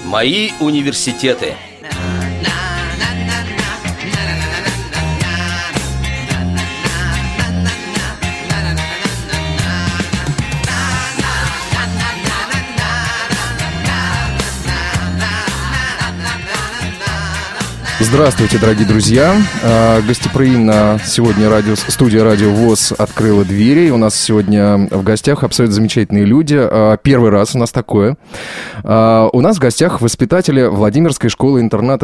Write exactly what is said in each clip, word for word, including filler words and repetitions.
Мои университеты. Здравствуйте, дорогие друзья. Гостеприимно сегодня радио, студия Радио ВОС открыла двери. У нас сегодня в гостях абсолютно замечательные люди. Первый раз у нас такое. У нас в гостях воспитатели Владимирской школы-интерната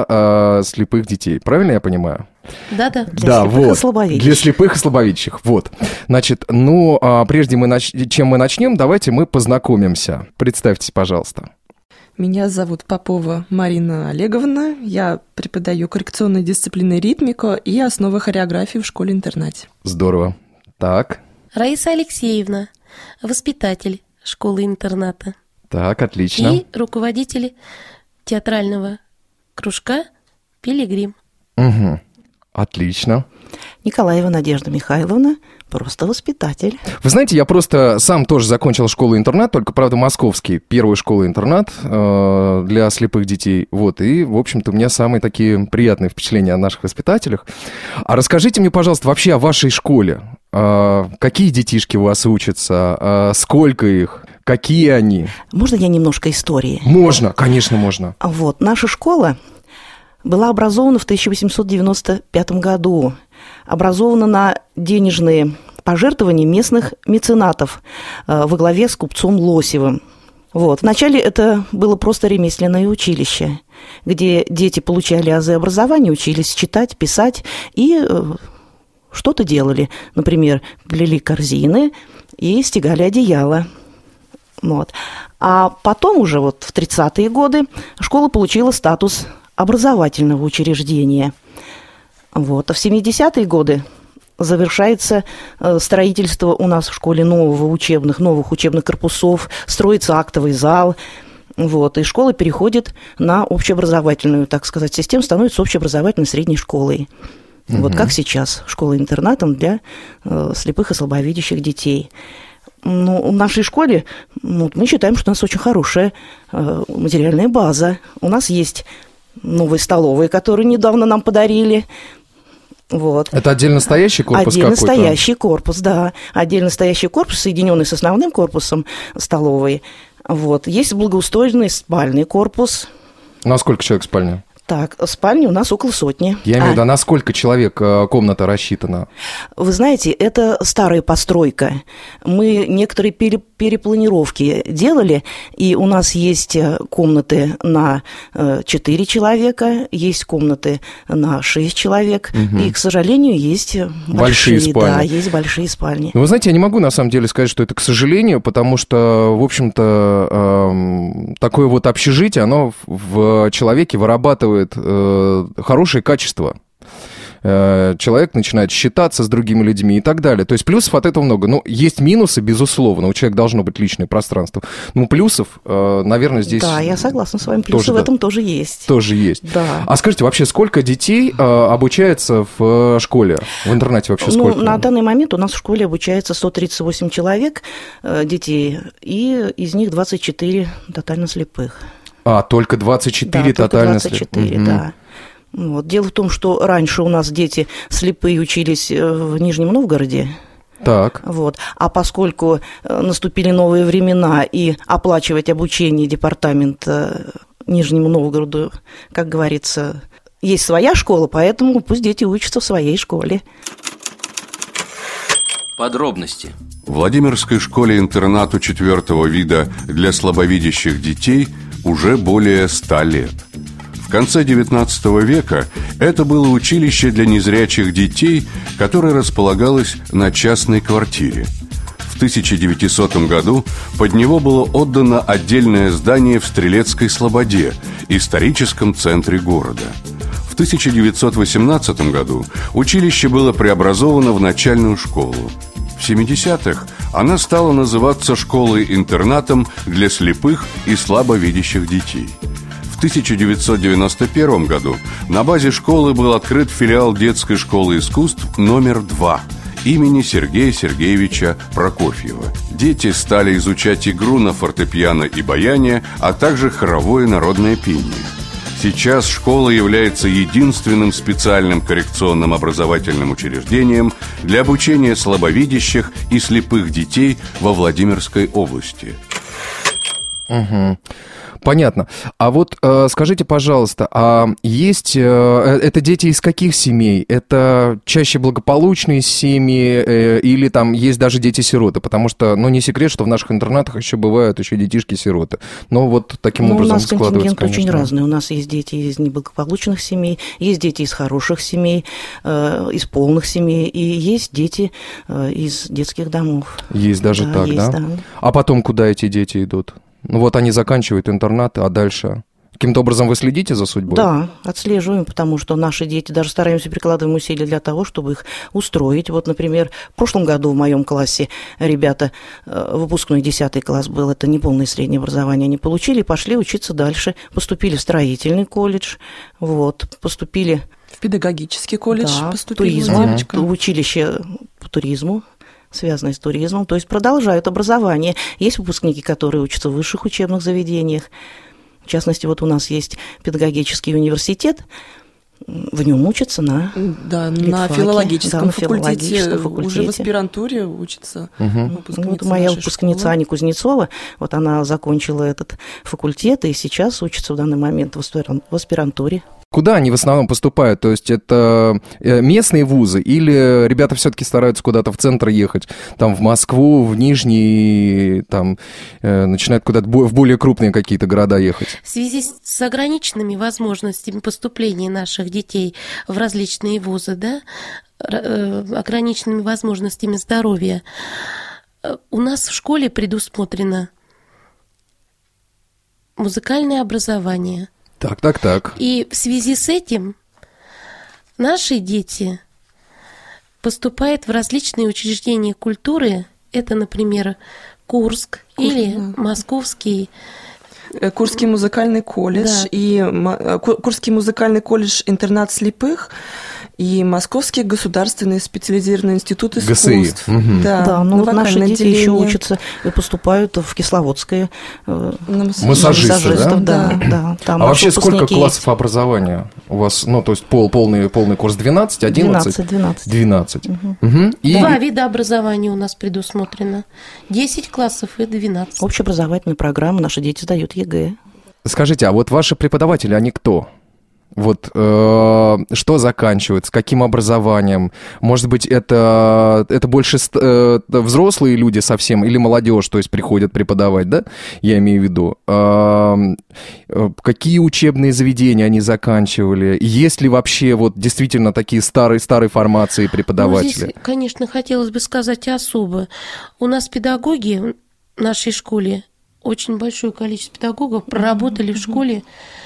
для слепых детей. Правильно я понимаю? Да-да. Для да, слепых вот. и слабовидящих. Для слепых и слабовидящих. Вот. Значит, ну, прежде мы нач... чем мы начнем, давайте мы познакомимся. Представьтесь, пожалуйста. Меня зовут Попова Марина Олеговна. Я преподаю коррекционные дисциплины ритмика и основы хореографии в школе-интернате. Здорово. Так. Раиса Алексеевна, воспитатель школы-интерната. Так, отлично. И руководитель театрального кружка «Пилигрим». Угу. Отлично. Николаева Надежда Михайловна, просто воспитатель. Вы знаете, я просто сам тоже закончил школу-интернат, только, правда, московский, первую школу-интернат э, для слепых детей. Вот, и, в общем-то, у меня самые такие приятные впечатления о наших воспитателях. А расскажите мне, пожалуйста, вообще о вашей школе. Э, какие детишки у вас учатся? Э, сколько их? Какие они? Можно я немножко истории? Можно, конечно, можно. Вот, наша школа была образована в тысяча восемьсот девяносто пятом году. Образована на денежные пожертвования местных меценатов э, во главе с купцом Лосевым. Вот. Вначале это было просто ремесленное училище, где дети получали азы образования, учились читать, писать и э, что-то делали. Например, плели корзины и стегали одеяло. Вот. А потом уже вот в тридцатые годы школа получила статус образовательного учреждения. Вот. А в семидесятые годы завершается строительство у нас в школе нового учебных, новых учебных корпусов, строится актовый зал. Вот. И школа переходит на общеобразовательную, так сказать, систему, становится общеобразовательной средней школой. Угу. Вот как сейчас, школа-интернатом для э, слепых и слабовидящих детей. Ну, в нашей школе ну, мы считаем, что у нас очень хорошая э, материальная база. У нас есть новые столовые, которые недавно нам подарили. Вот. Это отдельно стоящий корпус отдельно какой-то? Отдельно стоящий корпус, да. Отдельно стоящий корпус, соединенный с основным корпусом столовой. Вот. Есть благоустроенный спальный корпус. На сколько человек спальня? Так, спальни у нас около сотни. Я имею в виду, а. на сколько человек комната рассчитана? Вы знаете, это старая постройка. Мы некоторые перепланировки делали, и у нас есть комнаты на четыре человека, есть комнаты на шесть человек, угу. И, к сожалению, есть большие, большие спальни. Да, есть большие спальни. Ну, вы знаете, я не могу, на самом деле, сказать, что это к сожалению, потому что, в общем-то, эм, такое вот общежитие, оно в человеке вырабатывает хорошее качество. Человек начинает считаться с другими людьми и так далее. То есть плюсов от этого много. Ну, есть минусы, безусловно. У человека должно быть личное пространство. Ну, плюсов, наверное, здесь... Да, я согласна с вами. Плюсы тоже, в этом да, тоже есть. Тоже есть. Да. А скажите, вообще, сколько детей обучается в школе? В интернате вообще сколько? Ну, на данный момент у нас в школе обучается сто тридцать восемь человек детей, и из них двадцать четыре тотально слепых. А, только двадцать четыре да, тотально двадцать четыре, угу. Да. Вот. Дело в том, что раньше у нас дети слепые учились в Нижнем Новгороде. Так. Вот. А поскольку наступили новые времена, и оплачивать обучение департамента Нижнему Новгороду, как говорится, есть своя школа, поэтому пусть дети учатся в своей школе. Подробности. В Владимирской школе-интернату четвертого вида для слабовидящих детей уже более ста лет. В конце девятнадцатого века это было училище для незрячих детей, которое располагалось на частной квартире. В тысяча девятисотом году под него было отдано отдельное здание в Стрелецкой Слободе, историческом центре города. В тысяча девятьсот восемнадцатом году училище было преобразовано в начальную школу. В семидесятых она стала называться школой-интернатом для слепых и слабовидящих детей. В тысяча девятьсот девяносто первом году на базе школы был открыт филиал детской школы искусств номер два, имени Сергея Сергеевича Прокофьева. Дети стали изучать игру на фортепиано и баяне, а также хоровое народное пение. Сейчас школа является единственным специальным коррекционным образовательным учреждением для обучения слабовидящих и слепых детей во Владимирской области. Угу. Понятно. А вот э, скажите, пожалуйста, а есть... Э, это дети из каких семей? Это чаще благополучные семьи э, или там есть даже дети-сироты? Потому что, ну, не секрет, что в наших интернатах еще бывают еще детишки-сироты. Но вот таким ну, образом складывается, у нас контингент конечно. очень разный. У нас есть дети из неблагополучных семей, есть дети из хороших семей, э, из полных семей, и есть дети э, из детских домов. Есть даже да, так, есть, да? да? А потом куда эти дети идут? Ну вот они заканчивают интернат, а дальше? Каким-то образом вы следите за судьбой? Да, отслеживаем, потому что наши дети, даже стараемся прикладываем усилия для того, чтобы их устроить. Вот, например, в прошлом году в моем классе ребята, выпускной десятый класс был, это неполное среднее образование, они получили, пошли учиться дальше, поступили в строительный колледж, вот, поступили... В педагогический колледж да, поступили туризм, девочка. в училище по туризму, связанные с туризмом, то есть продолжают образование. Есть выпускники, которые учатся в высших учебных заведениях. В частности, вот у нас есть педагогический университет, в нем учатся на да, литфаке, на филологическом, да, на факультете, филологическом факультете. Уже в аспирантуре учатся Угу. выпускницы Вот моя нашей выпускница школы. Аня Кузнецова, вот она закончила этот факультет и сейчас учится в данный момент в аспиран- в аспирантуре. Куда они в основном поступают? То есть это местные вузы или ребята все-таки стараются куда-то в центр ехать, там в Москву, в Нижний, там э, начинают куда-то в более крупные какие-то города ехать? В связи с ограниченными возможностями поступления наших детей в различные вузы, да, ограниченными возможностями здоровья, у нас в школе предусмотрено музыкальное образование. Так, так, так. И в связи с этим наши дети поступают в различные учреждения культуры. Это, например, Курск Курск, или да. Московский. Курский музыкальный колледж Да. и Курский музыкальный колледж «Интернат слепых» и Московский государственный специализированный институт ГСИ. искусств. Мгм. Да, Да, ну на вот наши вокальное дети еще отделение. учатся и поступают в Кисловодское. э, На массажиста. Массажисты, массажистов, да? да, да. Там А наши вообще сколько выпускники классов образования у вас? Ну, то есть пол, полный, полный курс двенадцать, одиннадцать? двенадцать, двенадцать. двенадцать. Мгм. Мгм. И Два вида образования у нас предусмотрено. десять классов и двенадцать. Общеобразовательная программа, наши дети сдают ЕГЭ. скажите, а вот ваши преподаватели, они кто? Вот э, что заканчивают, с каким образованием? Может быть, это, это больше э, взрослые люди совсем или молодежь, то есть приходят преподавать, да? Я имею в виду. Э, э, какие учебные заведения они заканчивали? Есть ли вообще вот действительно такие старые, старые формации преподаватели? Ну, здесь, конечно, хотелось бы сказать особо. У нас педагоги в нашей школе, очень большое количество педагогов проработали в школе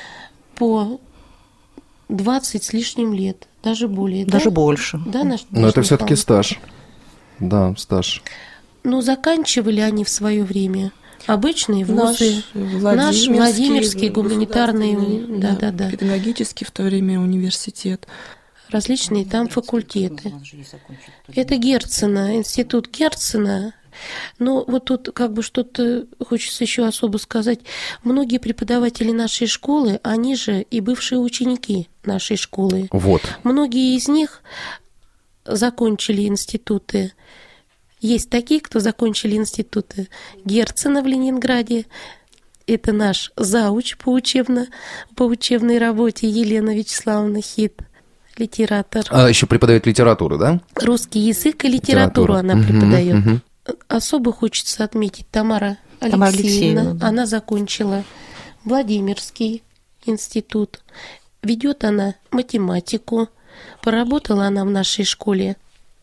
по двадцать с лишним лет, даже более. Даже да? больше. Да, наш, Но наш это все-таки Михаил? стаж. Да, стаж. Ну, заканчивали они в свое время обычные Наш вузы. Владимирский, Наш Владимирский гуманитарный, государственный, да, да, да. педагогический в то время университет. Различные там факультеты. Это Герцена, институт Герцена. Но вот тут как бы что-то хочется еще особо сказать. Многие преподаватели нашей школы, они же и бывшие ученики нашей школы. Вот. Многие из них закончили институты. Есть такие, кто закончили институты Герцена в Ленинграде. Это наш зауч по, учебно, по учебной работе Елена Вячеславовна Хит, литератор. А еще преподает литературу, да? Русский язык и литературу Литература. она Мгм, преподает. мгм. Особо хочется отметить Тамара Тамара Алексеевна. Алексеевна, да. Она закончила Владимирский институт. Ведет она математику. Поработала она в нашей школе.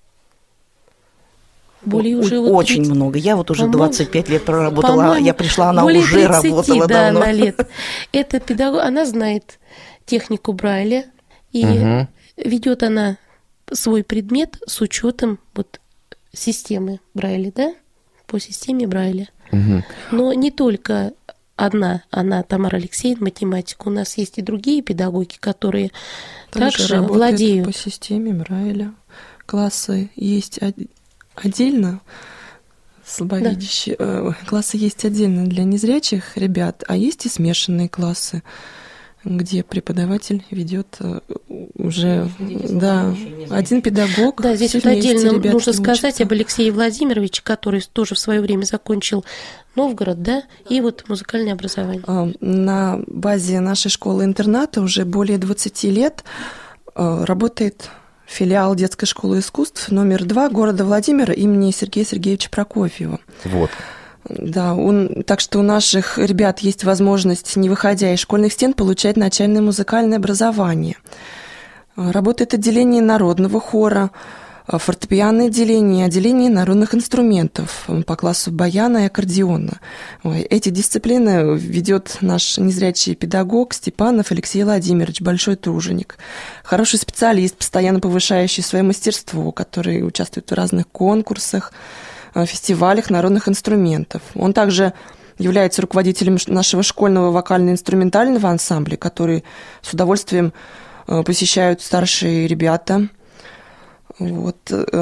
Более О- уже вот Очень тридцать много. Я вот уже по-моему, двадцать пять лет проработала, по-моему, я пришла, она более уже тридцати, работала да, давно. она лет. Это педагог, она знает технику Брайля и Мгм. ведет она свой предмет с учетом вот системы Брайля, да, по системе Брайля. Мгм. Но не только одна, она, Тамара Алексеевна, математика. У нас есть и другие педагоги, которые также работает владеют. по системе Брайля. классы есть отдельно, слабовидящие, да. Классы есть отдельно для незрячих ребят, а есть и смешанные классы, где преподаватель ведет уже, да, один педагог. Да, здесь вот отдельно нужно сказать об Алексее Владимировиче, который тоже в свое время закончил Новгород, да, и вот музыкальное образование. На базе нашей школы-интерната уже более двадцати лет работает филиал детской школы искусств номер два города Владимира имени Сергея Сергеевича Прокофьева. Вот. Да, он, так что у наших ребят есть возможность, не выходя из школьных стен, получать начальное музыкальное образование. Работает отделение народного хора, фортепианное отделение, отделение народных инструментов по классу баяна и аккордеона. Эти дисциплины ведет наш незрячий педагог Степанов Алексей Владимирович, большой труженик. Хороший специалист, постоянно повышающий свое мастерство, который участвует в разных конкурсах, фестивалях народных инструментов. Он также является руководителем нашего школьного вокально-инструментального ансамбля, который с удовольствием посещают старшие ребята. Вот.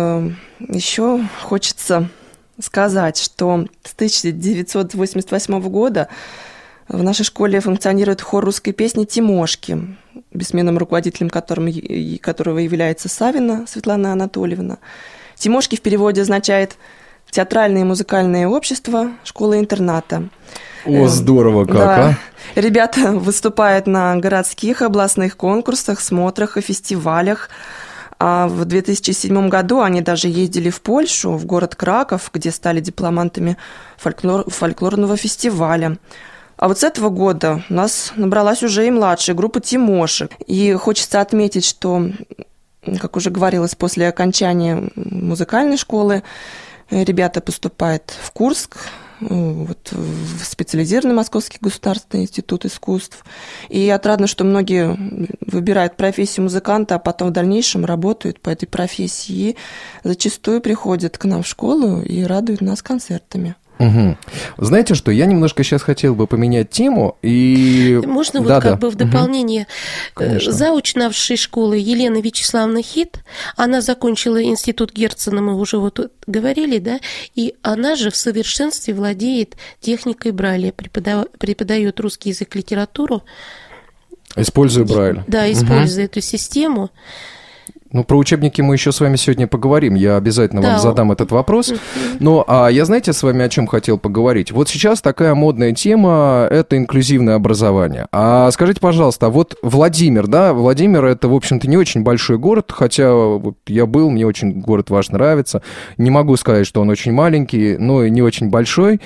Еще хочется сказать, что с тысяча девятьсот восемьдесят восьмого года в нашей школе функционирует хор русской песни «Тимошки», бессменным руководителем которым, которого является Савина Светлана Анатольевна. «Тимошки» в переводе означает «Театральное и музыкальное общество школы-интерната». О, здорово как, да. а! Ребята выступают на городских, областных конкурсах, смотрах и фестивалях. А в две тысячи седьмом году они даже ездили в Польшу, в город Краков, где стали дипломантами фольклор, фольклорного фестиваля. А вот с этого года у нас набралась уже и младшая группа «Тимошек». И хочется отметить, что, как уже говорилось, после окончания музыкальной школы ребята поступают в Курск, вот, в специализированный Московский государственный институт искусств. И отрадно, что многие выбирают профессию музыканта, а потом в дальнейшем работают по этой профессии. И зачастую приходят к нам в школу и радуют нас концертами. Угу. Знаете что, я немножко сейчас хотел бы поменять тему и... Можно да, вот как да. бы в дополнение. Угу. Зауч нашей школы Елена Вячеславовна Хит, она закончила институт Герцена, мы уже вот говорили, да, и она же в совершенстве владеет техникой Брайля, преподав... преподает русский язык, литературу. Используя Брайль. Да, используя угу. эту систему. Ну, про учебники мы еще с вами сегодня поговорим. Я обязательно да. вам задам этот вопрос. Но а я, знаете, с вами о чем хотел поговорить? Вот сейчас такая модная тема – это инклюзивное образование. А скажите, пожалуйста, а вот Владимир, да, Владимир – это, в общем-то, не очень большой город, хотя вот я был, мне очень город ваш нравится. Не могу сказать, что он очень маленький, но и не очень большой,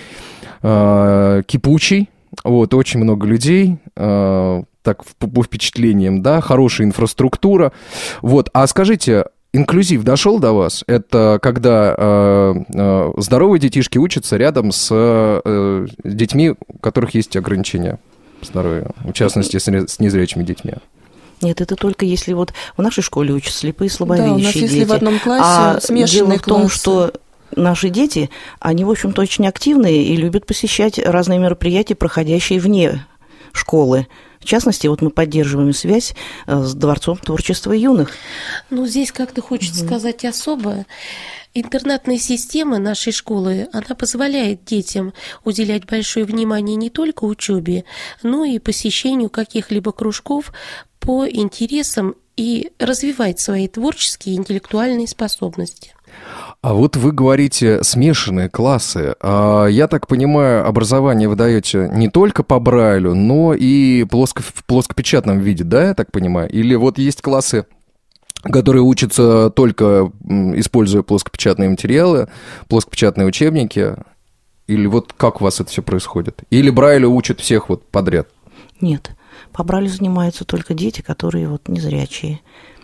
э, кипучий, вот, очень много людей, э, так, по впечатлениям, да, хорошая инфраструктура. Вот, а скажите, инклюзив дошел до вас? Это когда э, э, здоровые детишки учатся рядом с э, детьми, у которых есть ограничения здоровья, в частности, с, с незрячими детьми. Нет, это только если вот в нашей школе учатся слепые и слабовидящие да, у нас дети. если в одном классе а смешанные дело в том, классы. что наши дети, они, в общем-то, очень активные и любят посещать разные мероприятия, проходящие вне школы. В частности, вот мы поддерживаем связь с Дворцом творчества юных. Ну, здесь как-то хочется угу. сказать особо. Интернатная система нашей школы, она позволяет детям уделять большое внимание не только учебе, но и посещению каких-либо кружков по интересам и развивать свои творческие и интеллектуальные способности. А вот вы говорите смешанные классы. Я так понимаю, образование вы даете не только по Брайлю, но и плоско, в плоскопечатном виде, да, я так понимаю? Или вот есть классы, которые учатся только используя плоскопечатные материалы, плоскопечатные учебники? Или вот как у вас это все происходит? Или Брайлю учат всех вот подряд? Нет, по Брайлю занимаются только дети, которые вот незрячие.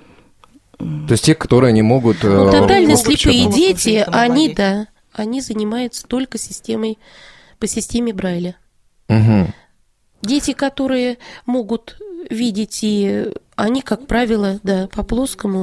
То есть те, которые не могут... Ну, тотально могут слепые дети, они, да, они занимаются только системой, по системе Брайля. Угу. Дети, которые могут видеть, и они, как правило, да, по плоскому,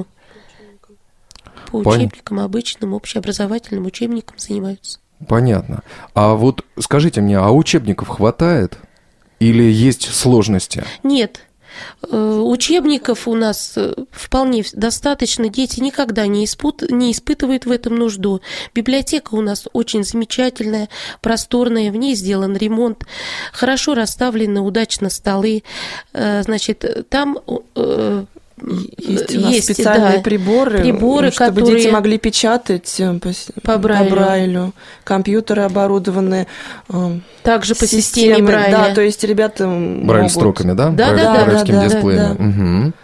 по учебникам, обычным общеобразовательным учебникам занимаются. Понятно. А вот скажите мне, а учебников хватает или есть сложности? Нет. Учебников у нас вполне достаточно, дети никогда не, испут... не испытывают в этом нужду. Библиотека у нас очень замечательная, просторная, в ней сделан ремонт, хорошо расставлены удачно столы. Значит, там... Есть у нас есть, специальные да, приборы, приборы, чтобы которые... дети могли печатать по, по Брайлю. по Брайлю. Компьютеры оборудованы. Также по системе Брайля. Да, то есть ребята Брайль могут... строками, да? Да, Брайль, да, да. брайлевским да, дисплеем. да, да. Угу.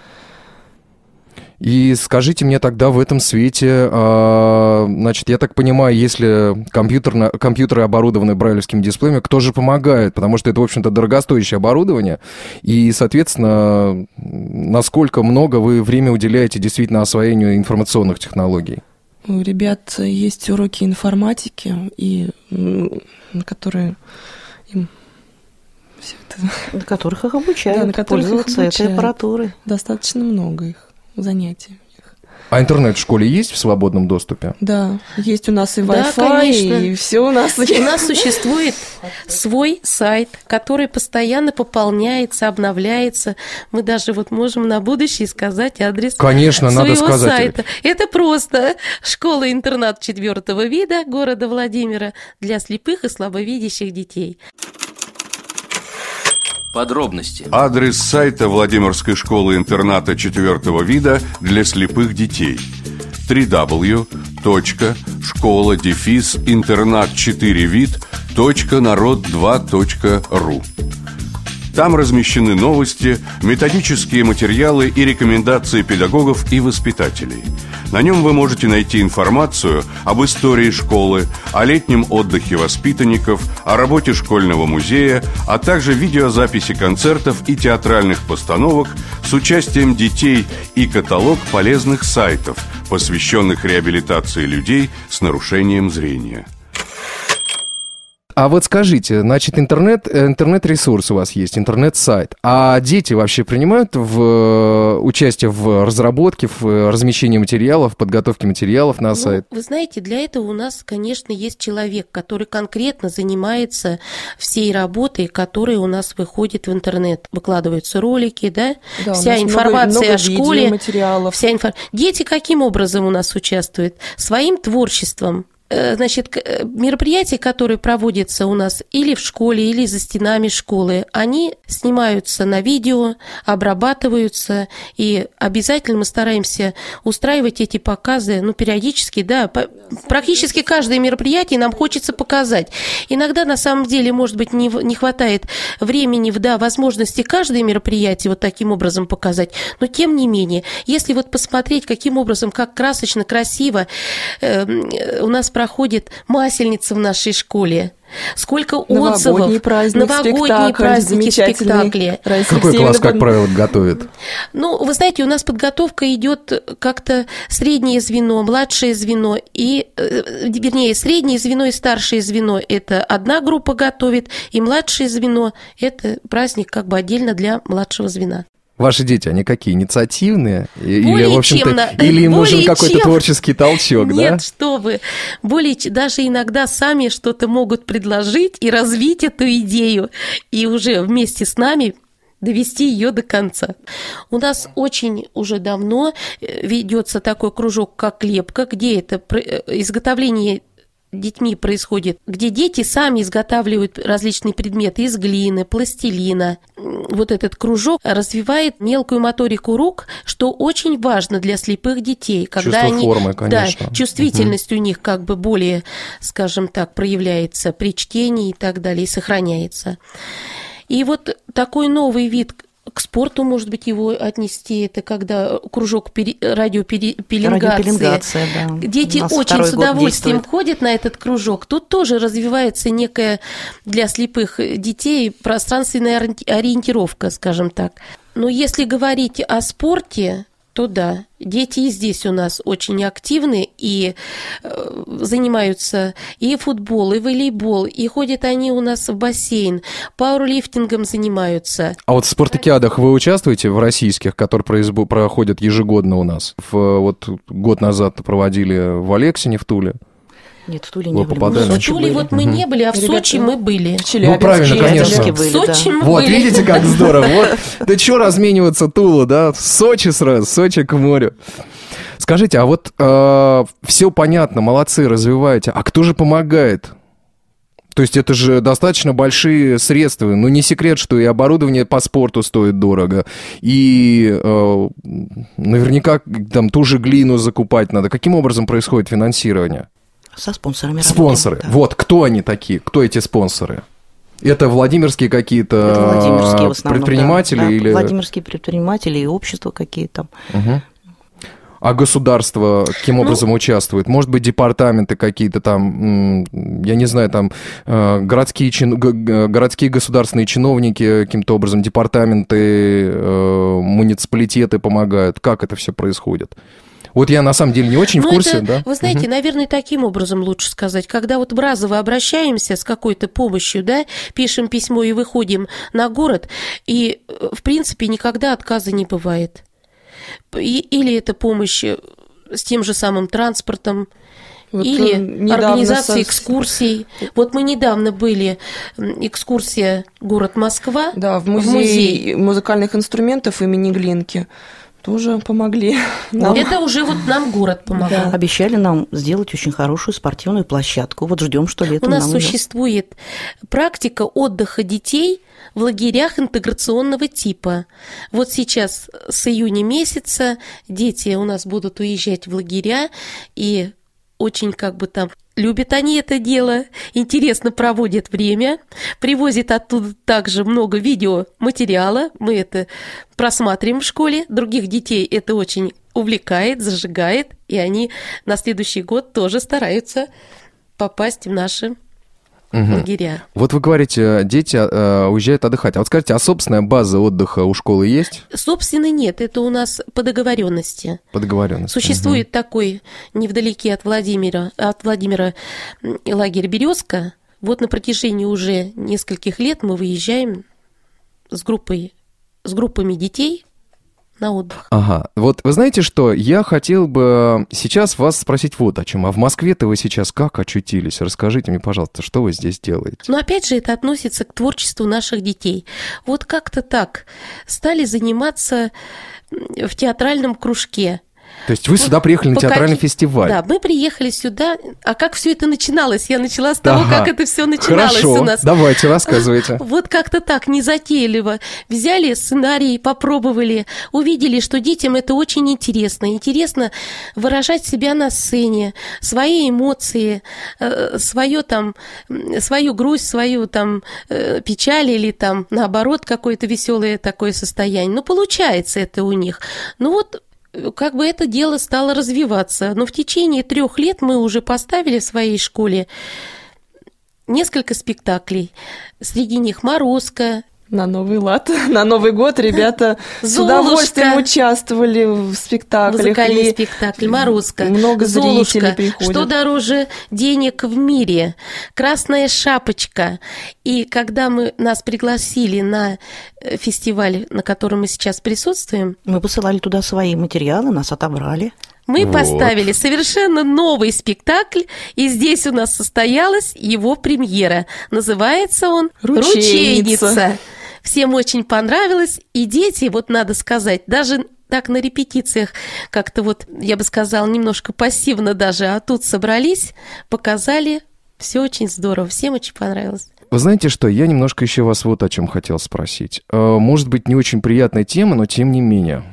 И скажите мне тогда в этом свете, значит, я так понимаю, если компьютер, компьютеры оборудованы брайлевскими дисплеями, кто же помогает? Потому что это, в общем-то, дорогостоящее оборудование. И, соответственно, насколько много вы время уделяете действительно освоению информационных технологий? У ребят есть уроки информатики, и, которые им... Все это... На которых их обучают, да, на которых пользоваться их обучают. этой аппаратурой. Достаточно много их. Занятий. А интернет в школе есть в свободном доступе? Да, есть у нас и Wi-Fi, да, конечно. И все у нас. У нас существует свой сайт, который постоянно пополняется, обновляется. Мы даже вот можем на будущее сказать адрес конечно, своего надо сказать. сайта. Это просто школа-интернат четвертого вида города Владимира для слепых и слабовидящих детей. Подробности. Адрес сайта Владимирской школы-интерната четвертого вида для слепых детей: дабл ю дабл ю дабл ю точка школа интернат четыре вид точка народ два точка ру. Там размещены новости, методические материалы и рекомендации педагогов и воспитателей. На нем вы можете найти информацию об истории школы, о летнем отдыхе воспитанников, о работе школьного музея, а также видеозаписи концертов и театральных постановок с участием детей и каталог полезных сайтов, посвященных реабилитации людей с нарушением зрения. А вот скажите, значит, интернет, интернет-ресурс у вас есть, интернет-сайт. А дети вообще принимают в, участие в разработке, в размещении материалов, в подготовке материалов на ну, сайт? Вы знаете, для этого у нас, конечно, есть человек, который конкретно занимается всей работой, которая у нас выходит в интернет. Выкладываются ролики, да? Да, вся информация много, много о школе. Материалов. Вся инфор... Дети каким образом у нас участвуют? Своим творчеством. Значит, мероприятия, которые проводятся у нас или в школе, или за стенами школы, они снимаются на видео, обрабатываются, и обязательно мы стараемся устраивать эти показы, ну, периодически, да, практически каждое мероприятие нам хочется показать. Иногда, на самом деле, может быть, не, не хватает времени, да, возможности каждое мероприятие вот таким образом показать, но тем не менее, если вот посмотреть, каким образом, как красочно, красиво э, у нас проходит Масленица в нашей школе. Сколько отзывов. Новогодний праздник, новогодние спектакль, праздники, спектакли. Какой класс, как правило, готовит? Ну, вы знаете, у нас подготовка идет как-то среднее звено, младшее звено, и, вернее, среднее звено и старшее звено – это одна группа готовит, и младшее звено – это праздник как бы отдельно для младшего звена. Ваши дети, они какие, инициативные? Более или, в общем-то, чем, или им более нужен какой-то чем. творческий толчок, Нет, да? Нет, что вы. Более, даже иногда сами что-то могут предложить и развить эту идею, и уже вместе с нами довести ее до конца. У нас очень уже давно ведется такой кружок, как лепка, где это изготовление детьми происходит, где дети сами изготавливают различные предметы из глины, пластилина. Вот этот кружок развивает мелкую моторику рук, что очень важно для слепых детей. Когда Чувство они, формы, конечно. Да, чувствительность угу. у них как бы более, скажем так, проявляется при чтении и так далее, и сохраняется. И вот такой новый вид к спорту, может быть, его отнести, это когда кружок пери... радиопеленгации. Радиопеленгация, да. Дети очень с удовольствием ходят на этот кружок. Тут тоже развивается некая для слепых детей пространственная ориентировка, скажем так. Но если говорить о спорте, то да, дети и здесь у нас очень активны и э, занимаются и футбол, и волейбол, и ходят они у нас в бассейн, пауэрлифтингом занимаются. А вот в спартакиадах вы участвуете, в российских, которые производ... проходят ежегодно у нас? В, вот год назад проводили в Алексине, в Туле. Нет, в Туле Вы не были. попадали? Мы в Сочи В Туле были. вот мы не были, а в Ребята, Сочи мы были. В Челябинске. Ну, правильно, конечно. В были, Сочи да. мы Вот, были. видите, как здорово. Вот, да что размениваться Тулу, да? Сочи сразу, Сочи к морю. Скажите, а вот э, все понятно, молодцы, развиваете. А кто же помогает? То есть это же достаточно большие средства. Ну, не секрет, что и оборудование по спорту стоит дорого, и э, наверняка там ту же глину закупать надо. Каким образом происходит финансирование? Со спонсорами Спонсоры. работаем, да. Вот, кто они такие? Кто эти спонсоры? Это владимирские какие-то Это Владимирские в основном, предприниматели? да, да, или... Владимирские предприниматели и общества какие-то. Угу. А государство каким образом ну, участвует? Может быть, департаменты какие-то там, я не знаю, там городские, чин... городские государственные чиновники каким-то образом, департаменты, муниципалитеты помогают? Как это все происходит? Вот я на самом деле не очень ну, в курсе, это, да? Вы знаете, угу. наверное, таким образом лучше сказать. Когда вот разово обращаемся с какой-то помощью, да, пишем письмо и выходим на город, и, в принципе, никогда отказа не бывает. И, или это помощь с тем же самым транспортом, вот или организация со... экскурсий. Вот мы недавно были, экскурсия город Москва. Да, в музей, в музей музыкальных инструментов имени Глинки. Тоже помогли. Нам. Это уже вот нам город помогал. Да. Обещали нам сделать очень хорошую спортивную площадку. Вот ждем, что летом У нас нам существует ее. Практика отдыха детей в лагерях интеграционного типа. Вот сейчас с июня месяца дети у нас будут уезжать в лагеря, и очень как бы там любят они это дело, интересно проводят время, привозят оттуда также много видеоматериала, мы это просматриваем в школе, других детей это очень увлекает, зажигает, и они на следующий год тоже стараются попасть в наши угу. лагеря. Вот вы говорите, дети э, уезжают отдыхать. А вот скажите, а собственная база отдыха у школы есть? Собственно, нет. Это у нас по договоренности. По договоренности. Существует угу. такой невдалеке от Владимира, от Владимира лагерь «Березка». Вот на протяжении уже нескольких лет мы выезжаем с группой, с группами детей на отдых. Ага. Вот вы знаете что, я хотел бы сейчас вас спросить вот о чем. А в Москве-то вы сейчас как очутились? Расскажите мне, пожалуйста, что вы здесь делаете? Но опять же это относится к творчеству наших детей. Вот как-то так стали заниматься в театральном кружке. То есть вы сюда приехали на театральный фестиваль? Да, мы приехали сюда. А как все это начиналось? Я начала с того, ага. как это все начиналось Хорошо. у нас. Давайте, рассказывайте. Вот как-то так, незатейливо. Взяли сценарий, попробовали, увидели, что детям это очень интересно. Интересно выражать себя на сцене, свои эмоции, свое там, свою грусть, свою там печаль или там наоборот какое-то веселое такое состояние. Ну, получается это у них. Ну вот, как бы это дело стало развиваться. Но в течение трех лет мы уже поставили в своей школе несколько спектаклей. Среди них «Морозко». На Новый лад, на Новый год ребята с удовольствием участвовали в спектаклях. Музыкальный спектакль «Морозко». Много «Золушка», зрителей приходит. «Что дороже денег в мире», «Красная шапочка». И когда мы, нас пригласили на фестиваль, на котором мы сейчас присутствуем... Мы посылали туда свои материалы, нас отобрали. Мы вот. поставили совершенно новый спектакль, и здесь у нас состоялась его премьера. Называется он «Ручейница». «Ручейница». Всем очень понравилось, и дети, вот надо сказать, даже так на репетициях как-то вот, я бы сказала, немножко пассивно даже, а тут собрались, показали, все очень здорово, всем очень понравилось. Вы знаете что, я немножко еще вас вот о чем хотел спросить. Может быть, не очень приятная тема, но тем не менее.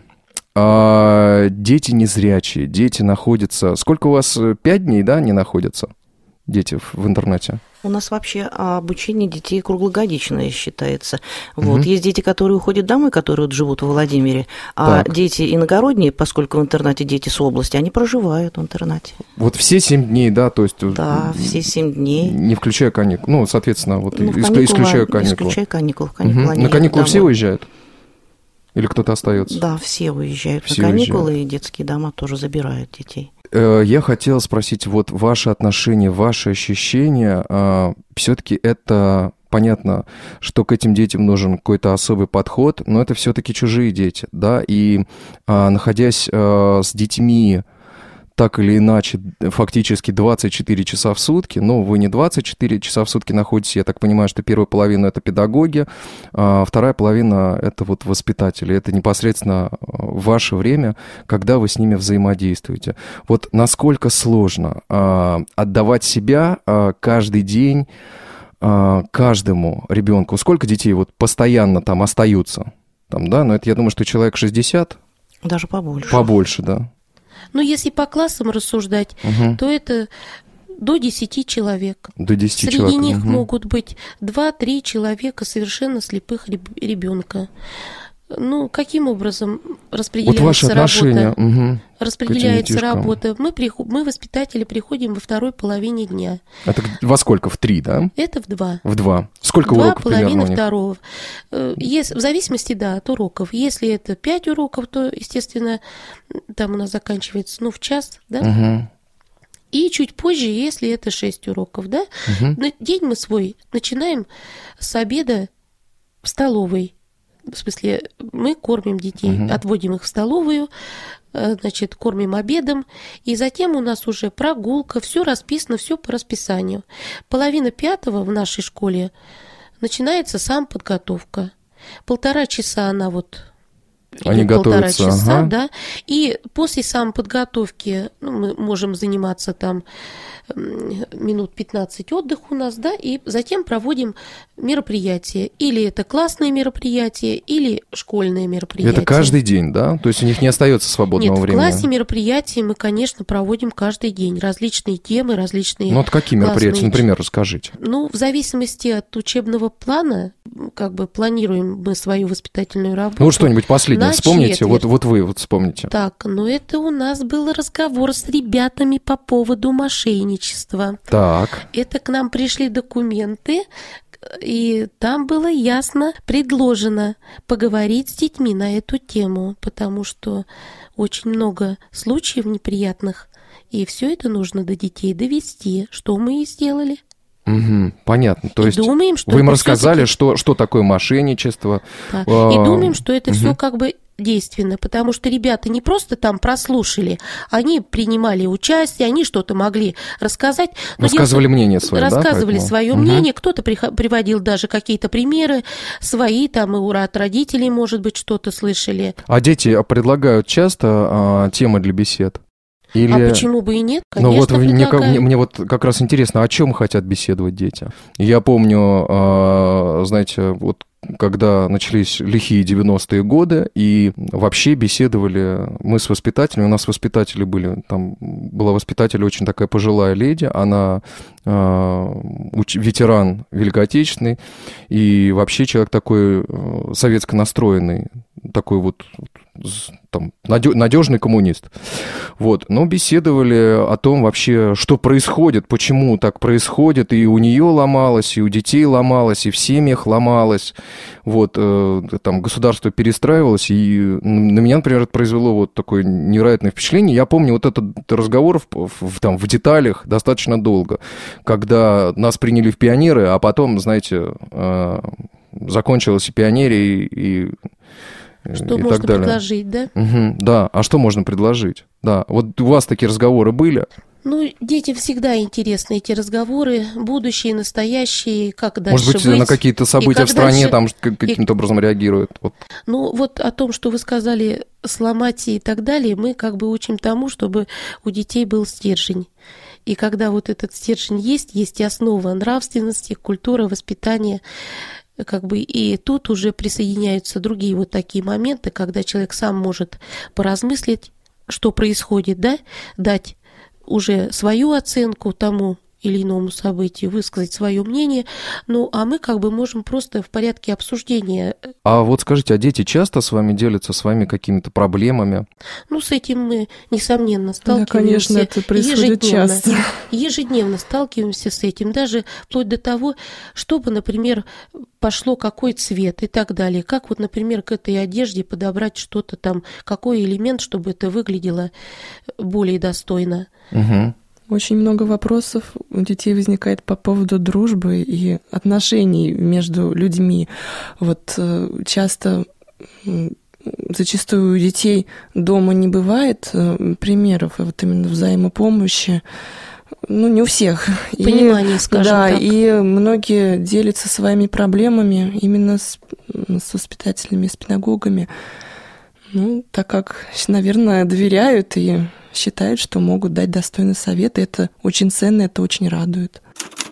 Дети незрячие, дети находятся... Сколько у вас? Пять дней, да, не находятся дети в интернете? У нас вообще обучение детей круглогодичное считается. Вот. Угу. Есть дети, которые уходят домой, которые вот живут в Владимире, а так. дети иногородние, поскольку в интернате дети с области, они проживают в интернате. Вот все семь дней, да? То есть, да, все семь дней. Не включая каникул. Ну, соответственно, вот ну, исключая каникулы. Исключая каникулы. каникулы угу. На каникулы все уезжают? Или кто-то остается? Да, все уезжают все на каникулы, уезжают. И детские дома тоже забирают детей. Я хотел спросить, вот ваши отношения, ваши ощущения, все-таки это понятно, что к этим детям нужен какой-то особый подход, но это все-таки чужие дети, да, и находясь с детьми так или иначе фактически двадцать четыре часа в сутки, но вы не двадцать четыре часа в сутки находитесь, я так понимаю, что первая половина – это педагоги, а вторая половина – это вот воспитатели, это непосредственно ваше время, когда вы с ними взаимодействуете. Вот насколько сложно а, отдавать себя а, каждый день а, каждому ребенку? Сколько детей вот постоянно там остаются? Там, да, но это, я думаю, что человек шестьдесят. Даже побольше. Побольше, да. Ну, если по классам рассуждать, угу. то это до десяти человек. До десяти Среди человек. них угу. могут быть два-три человека совершенно слепых ребенка. Ну, каким образом распределяется вот ваши отношения, работа? Угу. Распределяется работа. Мы, приход... мы, воспитатели, приходим во второй половине дня. Это во сколько? В три, да? Это в два. В два. Сколько два уроков примерно у них? Два, половина второго. Если... В зависимости, да, от уроков. Если это пять уроков, то, естественно, там у нас заканчивается, ну, в час, да? Угу. И чуть позже, если это шесть уроков, да? Угу. День мы свой начинаем с обеда в столовой. В смысле, мы кормим детей, угу. отводим их в столовую, значит, кормим обедом, и затем у нас уже прогулка, все расписано, все по расписанию. Половина пятого в нашей школе начинается самоподготовка. Полтора часа она вот... Они полтора готовятся, часа, ага. да, и после самоподготовки ну, мы можем заниматься там минут пятнадцать отдых у нас, да, и затем проводим мероприятия. Или это классные мероприятия, или школьные мероприятия. Это каждый день, да? То есть у них не остается свободного Нет, времени? Нет, в классе мероприятия мы, конечно, проводим каждый день. Различные темы, различные... Ну, вот какие мероприятия, например, расскажите? Ну, в зависимости от учебного плана, как бы планируем мы свою воспитательную работу. Ну, что-нибудь последнее вспомните? Вот, вот вы вот вспомните. Так, ну это у нас был разговор с ребятами по поводу мошенничества. Так. Это к нам пришли документы, и там было ясно предложено поговорить с детьми на эту тему, потому что очень много случаев неприятных, и все это нужно до детей довести, что мы и сделали. Угу, понятно. То и есть думаем, что вы им рассказали, что, что такое мошенничество. Да. И думаем, что это угу. все как бы действенно, потому что ребята не просто там прослушали, они принимали участие, они что-то могли рассказать. Рассказывали дело, мнение свое, Рассказывали да, свое угу. мнение, кто-то приводил даже какие-то примеры свои, там и от родителей, может быть, что-то слышали. А дети предлагают часто а, темы для бесед? Или... А почему бы и нет? Конечно, ну, вот мне, мне, мне вот как раз интересно, о чем хотят беседовать дети? Я помню, э, знаете, вот когда начались лихие девяностые годы, и вообще беседовали мы с воспитателями, у нас воспитатели были, там была воспитатель очень такая пожилая леди, она э, уч, ветеран Великой Отечественной, и вообще человек такой э, советско настроенный, такой вот там, надежный коммунист. Вот. Но беседовали о том вообще, что происходит, почему так происходит, и у нее ломалось, и у детей ломалось, и в семьях ломалось. Вот. Там государство перестраивалось, и на меня, например, это произвело вот такое невероятное впечатление. Я помню вот этот разговор в, в, там, в деталях достаточно долго, когда нас приняли в пионеры, а потом, знаете, закончилась и пионерия, и Что и можно так далее. предложить, да? Угу, да, а что можно предложить? Да, вот у вас такие разговоры были? Ну, детям всегда интересны эти разговоры, будущие, настоящие, как дальше Может быть, быть, на какие-то события в стране дальше... там каким-то и... образом реагируют? Вот. Ну, вот о том, что вы сказали, сломать и так далее, мы как бы учим тому, чтобы у детей был стержень. И когда вот этот стержень есть, есть и основа нравственности, культура, воспитания, как бы и тут уже присоединяются другие вот такие моменты, когда человек сам может поразмыслить, что происходит, да, дать уже свою оценку тому или иному событию, высказать свое мнение, ну, а мы как бы можем просто в порядке обсуждения. А вот скажите, а дети часто с вами делятся своими какими-то проблемами? Ну, с этим мы, несомненно, сталкиваемся. Да, конечно, это происходит ежедневно. часто. Ежедневно сталкиваемся с этим, даже вплоть до того, чтобы, например, пошло какой цвет и так далее. Как вот, например, к этой одежде подобрать что-то там, какой элемент, чтобы это выглядело более достойно. Угу. Очень много вопросов у детей возникает по поводу дружбы и отношений между людьми. Вот часто зачастую у детей дома не бывает примеров вот именно взаимопомощи. Ну, не у всех. Понимание, и, скажем да, так. И многие делятся своими проблемами именно с, с воспитателями, с педагогами. Ну, так как, наверное, доверяют и считают, что могут дать достойный совет. И это очень ценно, это очень радует.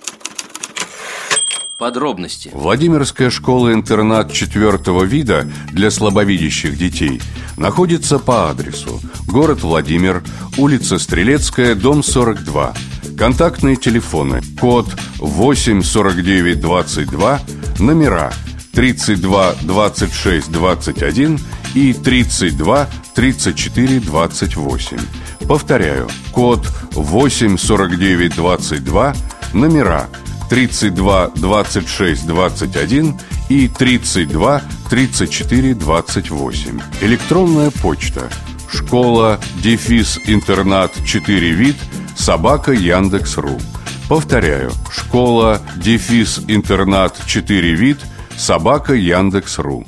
Подробности. Владимирская школа-интернат четвертого вида для слабовидящих детей находится по адресу: город Владимир, улица Стрелецкая, дом сорок два. Контактные телефоны: код восемь сорок девять двадцать два, номера тридцать два двадцать шесть двадцать один и тридцать два тридцать четыре двадцать восемь. Повторяю, код восемь сорок девять двадцать два, номера тридцать два двадцать шесть двадцать один и тридцать два тридцать четыре двадцать восемь. Электронная почта: школа дефис интернат четыре вид собака Яндекс.ру. Повторяю, школа дефис интернат четыре вид собака Яндекс.ру.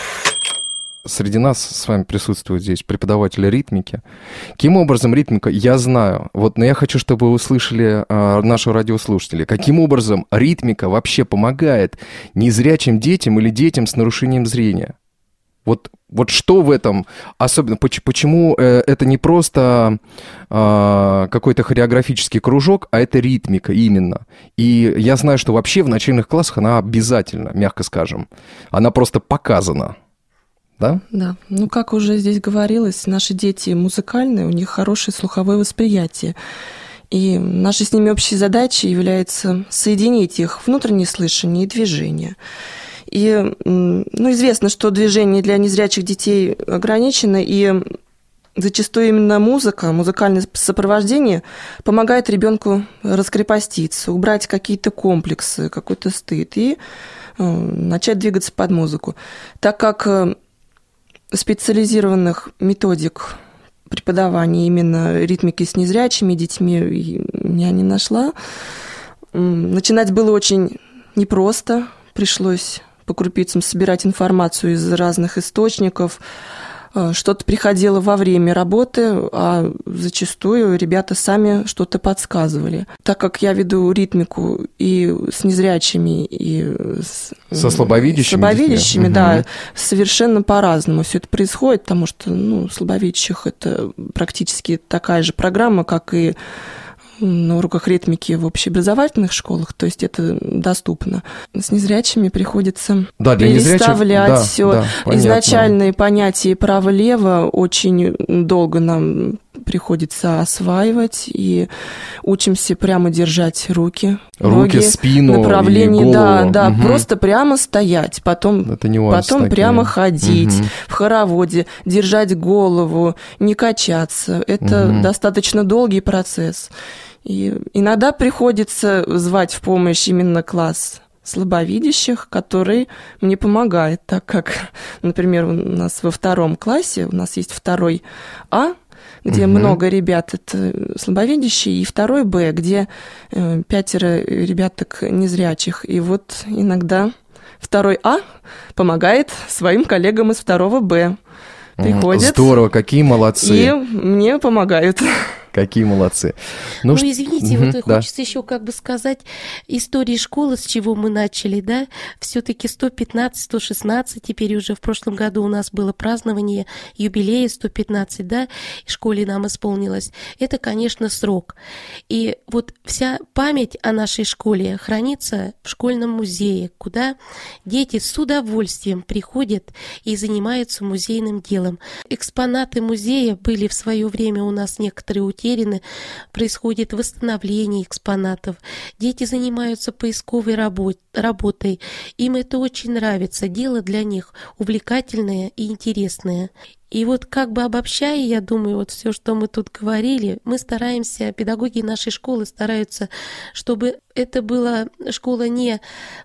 Среди нас с вами присутствуют здесь преподаватели ритмики. Каким образом ритмика, я знаю, вот, но я хочу, чтобы вы услышали а, наши радиослушатели, каким образом ритмика вообще помогает незрячим детям или детям с нарушением зрения? Вот, вот что в этом особенно, почему это не просто а, какой-то хореографический кружок, а это ритмика именно. И я знаю, что вообще в начальных классах она обязательно, мягко скажем, она просто показана. Да? Да. Ну, как уже здесь говорилось, наши дети музыкальные, у них хорошее слуховое восприятие. И нашей с ними общей задачей является соединить их внутреннее слышание и движение. И, ну, известно, что движение для незрячих детей ограничено, и зачастую именно музыка, музыкальное сопровождение помогает ребенку раскрепоститься, убрать какие-то комплексы, какой-то стыд и начать двигаться под музыку. Так как специализированных методик преподавания именно ритмики с незрячими детьми я не нашла. Начинать было очень непросто. Пришлось по крупицам собирать информацию из разных источников. Что-то приходило во время работы, а зачастую ребята сами что-то подсказывали. Так как я веду ритмику и с незрячими, и с, со слабовидящими, слабовидящими да, угу. совершенно по-разному все это происходит, потому что ну, слабовидящих это практически такая же программа, как и на уроках ритмики в общеобразовательных школах, то есть это доступно. С незрячими приходится да, для переставлять да, все. Да, изначальные понятия право-лево очень долго нам приходится осваивать, и учимся прямо держать руки, руки, ноги, спину, направление, голову. да, да, угу. просто прямо стоять, потом, потом прямо ходить угу. в хороводе, держать голову, не качаться. Это угу. достаточно долгий процесс. И иногда приходится звать в помощь именно класс слабовидящих, который мне помогает, так как, например, у нас во втором классе, у нас есть второй А, где угу. много ребят, это слабовидящие, и второй Б, где э, пятеро ребяток незрячих. И вот иногда второй А помогает своим коллегам из второго Б. Приходят. Здорово, какие молодцы. И мне помогают. Какие молодцы. Ну, ну извините, угу, вот да. хочется еще как бы сказать истории школы, с чего мы начали, да, все-таки сто пятнадцать, сто шестнадцать, теперь уже в прошлом году у нас было празднование юбилея сто пятнадцать, да, и школе нам исполнилось. Это, конечно, срок. И вот вся память о нашей школе хранится в школьном музее, куда дети с удовольствием приходят и занимаются музейным делом. Экспонаты музея были в свое время у нас некоторые утеряны, происходит восстановление экспонатов, дети занимаются поисковой работ, работой, им это очень нравится, дело для них увлекательное и интересное. И вот как бы обобщая, я думаю, вот все, что мы тут говорили, мы стараемся, педагоги нашей школы стараются, чтобы это была школа не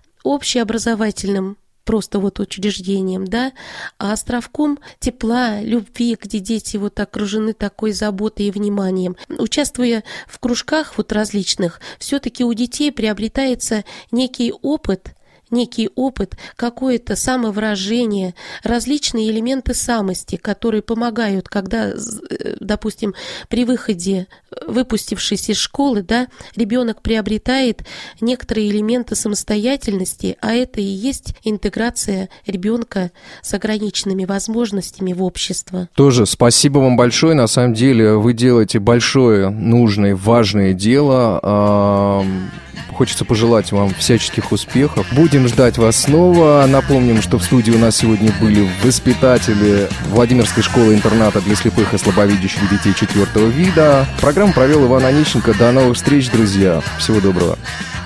общеобразовательным просто вот учреждением, да, а островком тепла, любви, где дети вот окружены такой заботой и вниманием. Участвуя в кружках вот различных, все-таки у детей приобретается некий опыт некий опыт, какое-то самовыражение, различные элементы самости, которые помогают, когда, допустим, при выходе, выпустившись из школы, да, ребенок приобретает некоторые элементы самостоятельности, а это и есть интеграция ребенка с ограниченными возможностями в общество. Тоже спасибо вам большое. На самом деле вы делаете большое, нужное, важное дело. Хочется пожелать вам всяческих успехов. Будем ждать вас снова. Напомним, что в студии у нас сегодня были воспитатели Владимирской школы-интерната для слепых и слабовидящих детей четвертого вида. Программу провел Иван Онищенко. До новых встреч, друзья. Всего доброго.